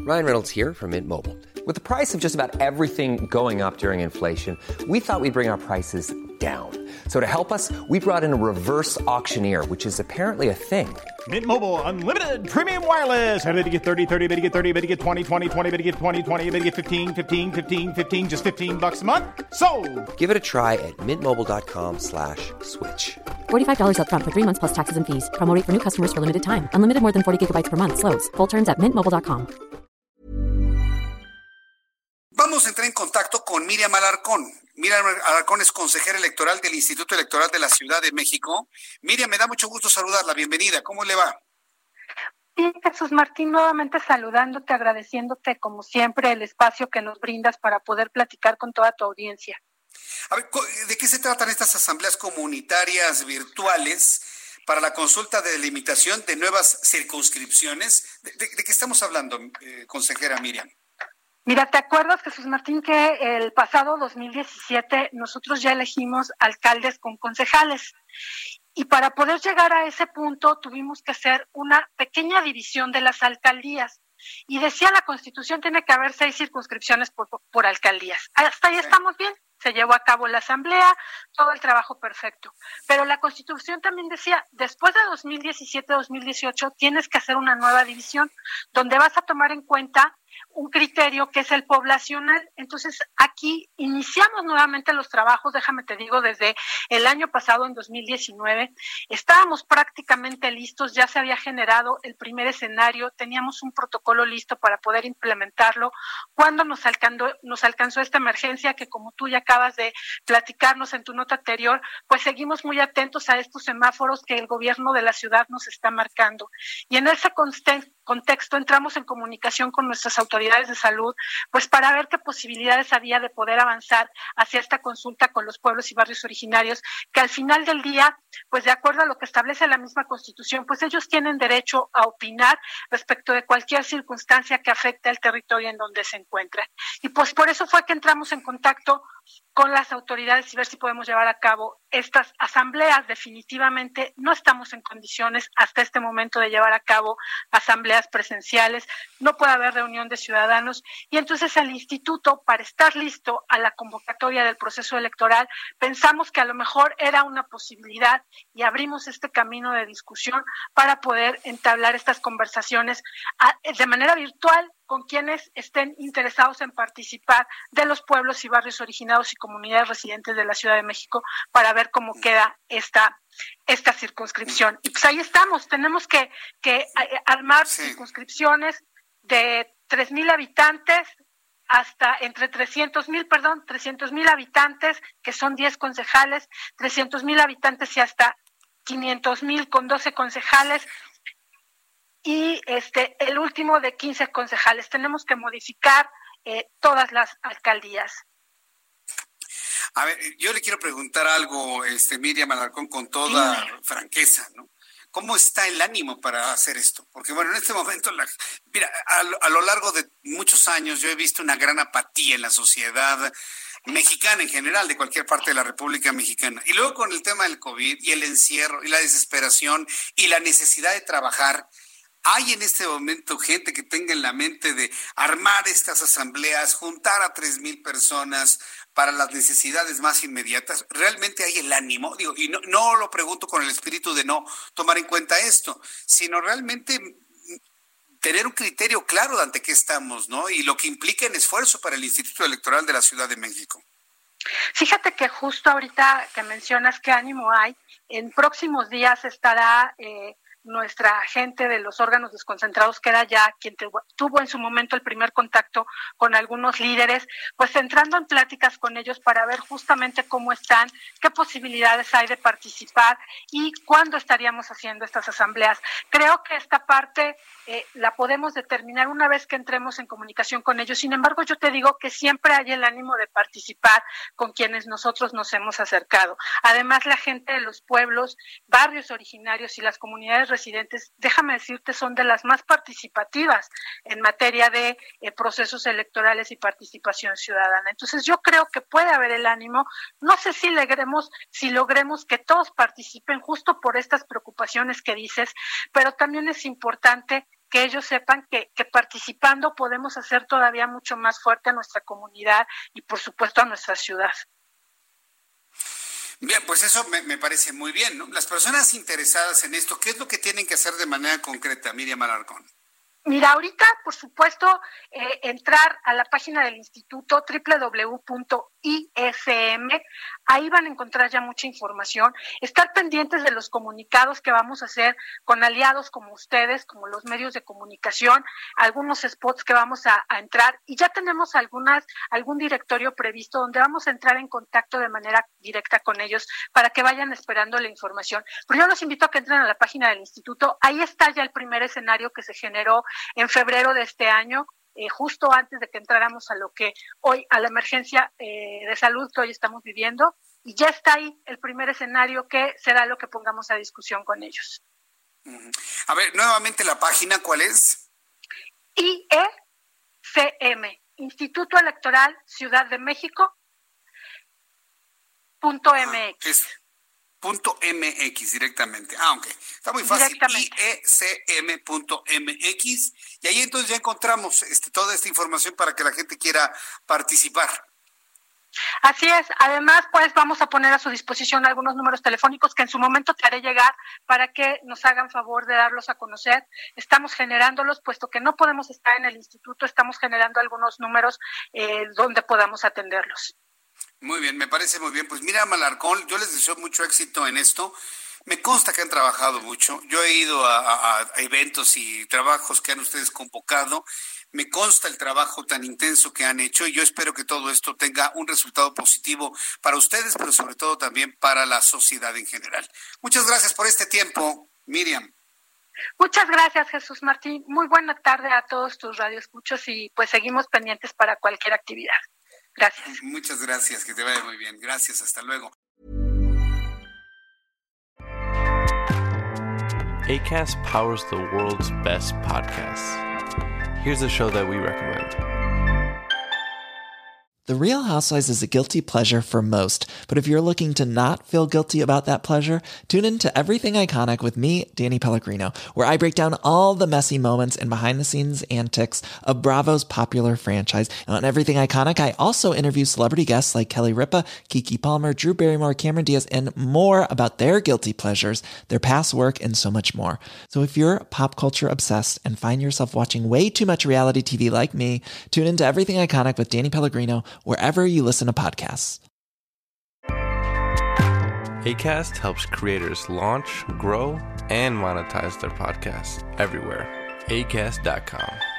Ryan Reynolds here from Mint Mobile. With the price of just about everything going up during inflation, we thought we'd bring our prices down. So to help us, we brought in a reverse auctioneer, which is apparently a thing. Mint Mobile Unlimited Premium Wireless. How to get 30, 30, how to get 30, how to get 20, 20, 20, how to get 20, 20, how to get 15, 15, 15, 15, just $15 a month? Sold! Give it a try at mintmobile.com/switch. $45 up front for 3 months plus taxes and fees. Promo rate for new customers for limited time. Unlimited more than 40 gigabytes per month. Slows full terms at mintmobile.com. Vamos a entrar en contacto con Miriam Alarcón. Miriam Alarcón es consejera electoral del Instituto Electoral de la Ciudad de México. Miriam, me da mucho gusto saludarla. Bienvenida. ¿Cómo le va? Bien, Jesús Martín, nuevamente saludándote, agradeciéndote como siempre el espacio que nos brindas para poder platicar con toda tu audiencia. A ver, ¿de qué se tratan estas asambleas comunitarias virtuales para la consulta de delimitación de nuevas circunscripciones? ¿De qué estamos hablando, consejera Miriam? Mira, ¿te acuerdas, Jesús Martín, que el pasado 2017 nosotros ya elegimos alcaldes con concejales? Y para poder llegar a ese punto tuvimos que hacer una pequeña división de las alcaldías. Y decía la Constitución, tiene que haber 6 circunscripciones por alcaldías. Hasta ahí estamos bien. Se llevó a cabo la asamblea, todo el trabajo perfecto. Pero la Constitución también decía, después de 2017-2018 tienes que hacer una nueva división donde vas a tomar en cuenta un criterio que es el poblacional. Entonces, aquí iniciamos nuevamente los trabajos, déjame te digo, desde el año pasado, en 2019, estábamos prácticamente listos, ya se había generado el primer escenario, teníamos un protocolo listo para poder implementarlo, cuando nos alcanzó esta emergencia que, como tú ya acabas de platicarnos en tu nota anterior, pues seguimos muy atentos a estos semáforos que el gobierno de la ciudad nos está marcando. Y en ese contexto entramos en comunicación con nuestras autoridades de salud, pues para ver qué posibilidades había de poder avanzar hacia esta consulta con los pueblos y barrios originarios, que al final del día, pues de acuerdo a lo que establece la misma Constitución, pues ellos tienen derecho a opinar respecto de cualquier circunstancia que afecte al territorio en donde se encuentran. Y pues por eso fue que entramos en contacto con las autoridades y ver si podemos llevar a cabo estas asambleas. Definitivamente no estamos en condiciones hasta este momento de llevar a cabo asambleas presenciales, no puede haber reunión de ciudadanos, y entonces el instituto, para estar listo a la convocatoria del proceso electoral, pensamos que a lo mejor era una posibilidad y abrimos este camino de discusión para poder entablar estas conversaciones de manera virtual con quienes estén interesados en participar de los pueblos y barrios originados y comunidades residentes de la Ciudad de México, para ver cómo queda esta circunscripción. Y pues ahí estamos, tenemos que armar circunscripciones de 3,000 habitantes hasta entre 300,000 habitantes, que son 10 concejales, 300,000 habitantes y hasta 500,000 con 12 concejales. Y el último de 15 concejales. Tenemos que modificar todas las alcaldías. A ver, yo le quiero preguntar algo, Miriam Alarcón, con toda franqueza, ¿no? ¿Cómo está el ánimo para hacer esto? Porque bueno, en este momento, mira, a lo largo de muchos años yo he visto una gran apatía en la sociedad mexicana en general, de cualquier parte de la República Mexicana. Y luego con el tema del COVID y el encierro y la desesperación y la necesidad de trabajar, ¿hay en este momento gente que tenga en la mente de armar estas asambleas, juntar a 3,000 personas para las necesidades más inmediatas? ¿Realmente hay el ánimo? Digo, y no lo pregunto con el espíritu de no tomar en cuenta esto, sino realmente tener un criterio claro de ante qué estamos, ¿no? Y lo que implica en esfuerzo para el Instituto Electoral de la Ciudad de México. Fíjate que justo ahorita que mencionas qué ánimo hay, en próximos días estará nuestra gente de los órganos desconcentrados, que era ya quien tuvo en su momento el primer contacto con algunos líderes, pues entrando en pláticas con ellos para ver justamente cómo están, qué posibilidades hay de participar y cuándo estaríamos haciendo estas asambleas. Creo que esta parte la podemos determinar una vez que entremos en comunicación con ellos. Sin embargo, yo te digo que siempre hay el ánimo de participar con quienes nosotros nos hemos acercado. Además, la gente de los pueblos, barrios originarios y las comunidades residentes, déjame decirte, son de las más participativas en materia de procesos electorales y participación ciudadana. Entonces, yo creo que puede haber el ánimo. No sé si logremos que todos participen justo por estas preocupaciones que dices, pero también es importante que ellos sepan que participando podemos hacer todavía mucho más fuerte a nuestra comunidad y por supuesto a nuestra ciudad. Bien, pues eso me parece muy bien, ¿no? Las personas interesadas en esto, ¿qué es lo que tienen que hacer de manera concreta, Miriam Alarcón? Mira, ahorita, por supuesto, entrar a la página del instituto www.ism, ahí van a encontrar ya mucha información, estar pendientes de los comunicados que vamos a hacer con aliados como ustedes, como los medios de comunicación, algunos spots que vamos a entrar, y ya tenemos algún directorio previsto donde vamos a entrar en contacto de manera directa con ellos para que vayan esperando la información. Pero yo los invito a que entren a la página del instituto, ahí está ya el primer escenario que se generó en febrero de este año, justo antes de que entráramos a la emergencia de salud que hoy estamos viviendo, y ya está ahí el primer escenario que será lo que pongamos a discusión con ellos. A ver, nuevamente la página, ¿cuál es? IECM, Instituto Electoral Ciudad de México, .mx. .mx directamente. Ok. Está muy fácil. IECM.mx. Y ahí entonces ya encontramos toda esta información para que la gente quiera participar. Así es. Además, pues vamos a poner a su disposición algunos números telefónicos que en su momento te haré llegar para que nos hagan favor de darlos a conocer. Estamos generándolos, puesto que no podemos estar en el instituto, estamos generando algunos números donde podamos atenderlos. Muy bien, me parece muy bien. Pues Miriam Alarcón, yo les deseo mucho éxito en esto. Me consta que han trabajado mucho. Yo he ido a eventos y trabajos que han ustedes convocado. Me consta el trabajo tan intenso que han hecho y yo espero que todo esto tenga un resultado positivo para ustedes, pero sobre todo también para la sociedad en general. Muchas gracias por este tiempo, Miriam. Muchas gracias, Jesús Martín. Muy buena tarde a todos tus radioescuchos y pues seguimos pendientes para cualquier actividad. Gracias. Muchas gracias, que te vaya muy bien. Gracias, hasta luego. Acast powers the world's best podcasts. Here's a show that we recommend. The Real Housewives is a guilty pleasure for most, but if you're looking to not feel guilty about that pleasure, tune in to Everything Iconic with me, Danny Pellegrino, where I break down all the messy moments and behind-the-scenes antics of Bravo's popular franchise. And on Everything Iconic, I also interview celebrity guests like Kelly Ripa, Keke Palmer, Drew Barrymore, Cameron Diaz, and more about their guilty pleasures, their past work, and so much more. So if you're pop culture obsessed and find yourself watching way too much reality TV like me, tune in to Everything Iconic with Danny Pellegrino, wherever you listen to podcasts. Acast helps creators launch, grow, and monetize their podcasts everywhere. Acast.com.